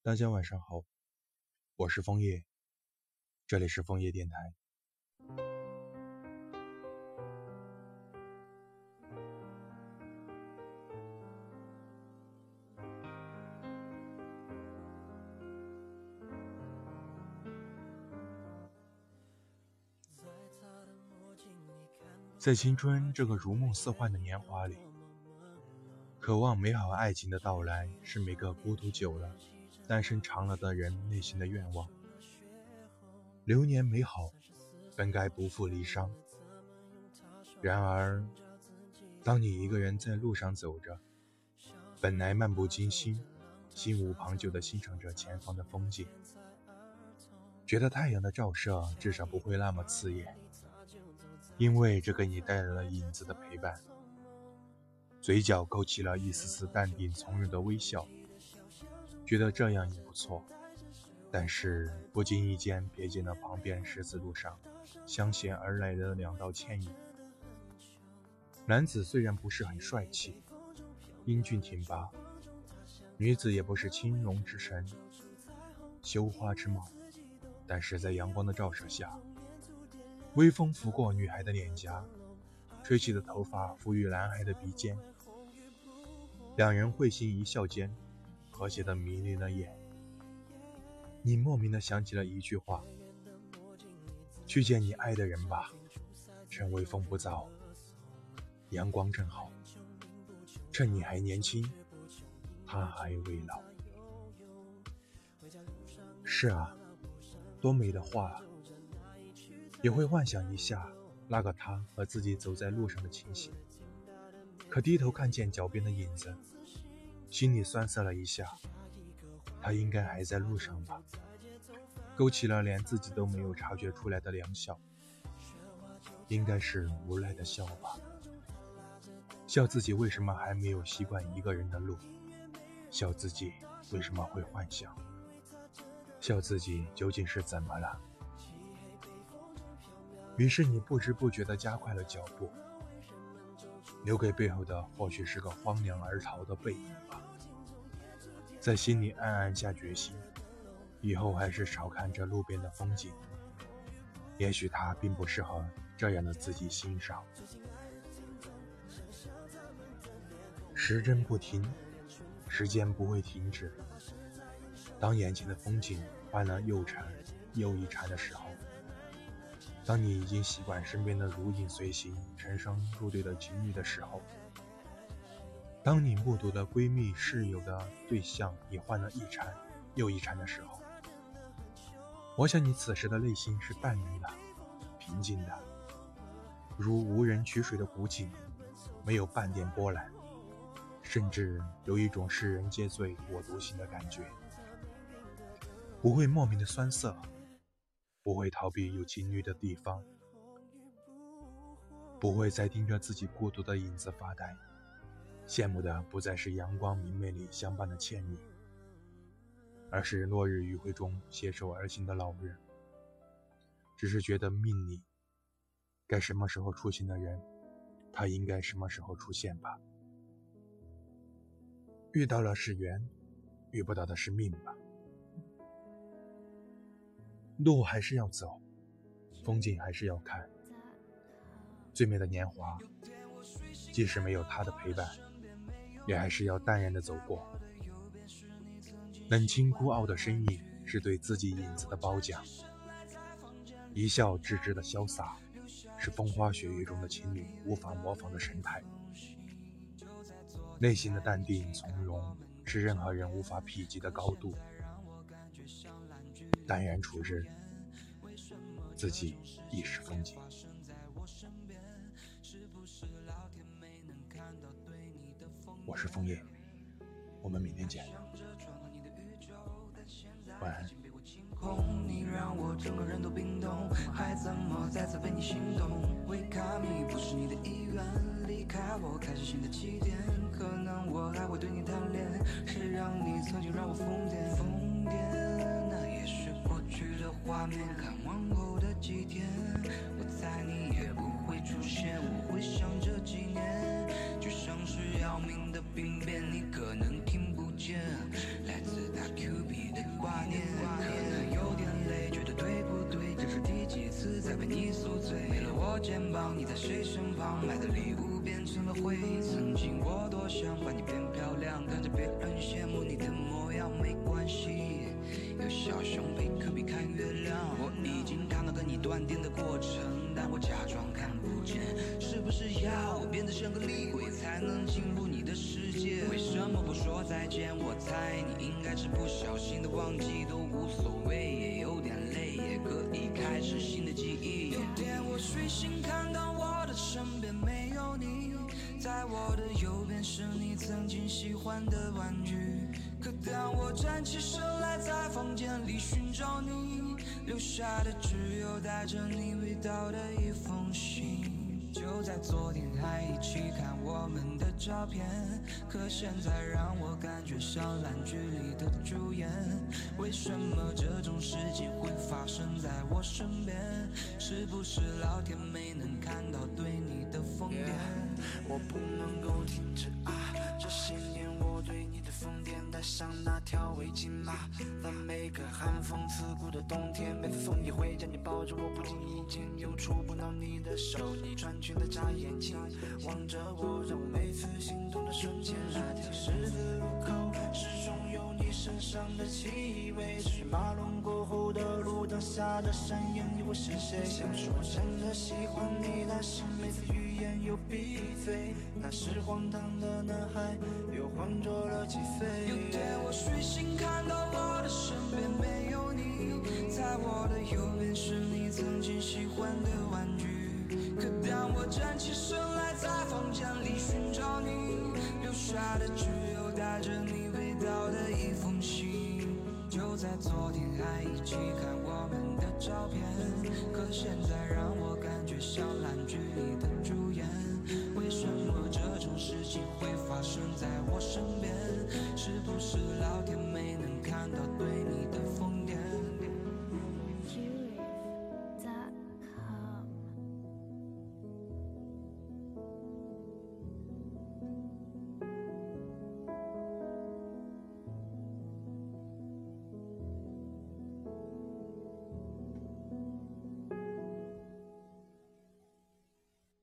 大家晚上好，我是枫叶，这里是枫叶电台。在青春这个如梦似幻的年华里，渴望美好爱情的到来是每个孤独久了、单身长了的人内心的愿望。流年美好，本该不负离殇。然而，当你一个人在路上走着，本来漫不经心、心无旁骛地欣赏着前方的风景，觉得太阳的照射至少不会那么刺眼，因为这给你带来了影子的陪伴。嘴角勾起了一丝丝淡定从容的微笑，觉得这样也不错。但是不经意间瞥见了旁边十字路上相衔而来的两道倩影。男子虽然不是很帅气、英俊挺拔，女子也不是青容之神、羞花之貌，但是在阳光的照射下，微风拂过女孩的脸颊，吹起的头发抚育男孩的鼻尖，两人会心一笑间，和谐的迷离了眼。你莫名的想起了一句话：去见你爱的人吧，趁微风不燥，阳光正好，趁你还年轻，他还未老。是啊，多美的话啊，也会幻想一下那个他和自己走在路上的情形，可低头看见脚边的影子，心里酸涩了一下，他应该还在路上吧，勾起了连自己都没有察觉出来的凉笑，应该是无奈的笑吧，笑自己为什么还没有习惯一个人的路，笑自己为什么会幻想，笑自己究竟是怎么了。于是你不知不觉地加快了脚步，留给背后的或许是个荒凉而逃的背影吧。在心里暗暗下决心，以后还是少看这路边的风景，也许它并不适合这样的自己欣赏。时针不停，时间不会停止。当眼前的风景换了又长又一长的时候，当你已经习惯身边的如影随形、成双入对的情侣的时候，当你目睹的闺蜜室友的对象也换了一茬又一茬的时候，我想你此时的内心是淡然的、平静的，如无人取水的湖景，没有半点波澜，甚至有一种世人皆醉我独醒的感觉。不会莫名的酸涩，不会逃避有情侣的地方，不会再盯着自己孤独的影子发呆，羡慕的不再是阳光明媚里相伴的倩影，而是落日余晖中携手而行的老人。只是觉得命里该什么时候出现的人，他应该什么时候出现吧。遇到了是缘，遇不到的是命吧。路还是要走，风景还是要看。最美的年华，即使没有他的陪伴，也还是要淡然的走过。冷清孤傲的身影，是对自己影子的褒奖。一笑置之的潇洒，是风花雪月中的情侣无法模仿的神态。内心的淡定从容，是任何人无法匹及的高度。淡然处之，自己亦是风景。我是枫叶，我们明天见，晚安。 你让我整个人都冰冻，还怎么再次被你心动？ Wake up me 不是你的意愿，离开我开始新的起点，可能我还会对你贪恋，谁让你曾经让我疯癫疯癫，那也是过去的画面，看往后的几天，我猜你也不会出现，我会想这几年，就像是要命的病变，你可能听不见，来自大 Q B 的挂念。可能有点累，觉得对不对？这是第几次在被你宿醉？没了我肩膀，你在谁身旁？买的礼物变成了灰。曾经我多想把你变漂亮，看着别人羡慕你的模样。没关系，有小熊陪科比看月亮。我已经看到跟你断电的过程，但我假装看不见。是不是要我变得像个厉鬼，才能进入你的世界？为什么不说再见？我猜你应该是不小心的忘记，都无所谓，也有点累，也可以开始新的记忆。有天我睡醒，看到我的身边没有你，在我的右边是你曾经喜欢的玩具。可当我站起身来，在房间里寻找你，留下的只有带着你味道的一封信。就在昨天还一起看我们的照片，可现在让我感觉像烂剧里的主演。为什么这种事情会发生在我身边？是不是老天没能看到对你的疯癫？ 我不能够停止啊！这些年我对你的疯癫，带上那条围巾嘛，在每个寒风刺骨的冬天，每次风也会将你抱着，我不经意间又触碰到你的手，你穿裙的眨眼睛，望着我，让我每次心动的瞬间。那条十字路口始终有你身上的气味，车水马龙过后的路灯下的身影，你会是谁？想说真的喜欢你，但是每次语言又闭嘴。那是荒唐的男孩，又换作了几岁？ 有天我睡醒，看到我的身边没有你，在我的右边是你曾经喜欢的玩具。可当我站起身来，在房间里寻找你，留下的只有带着你味道的一封信。就在昨天还一起看我们的照片，可现在让我感觉像烂剧里的主演。为什么这种事情会发生在我身边？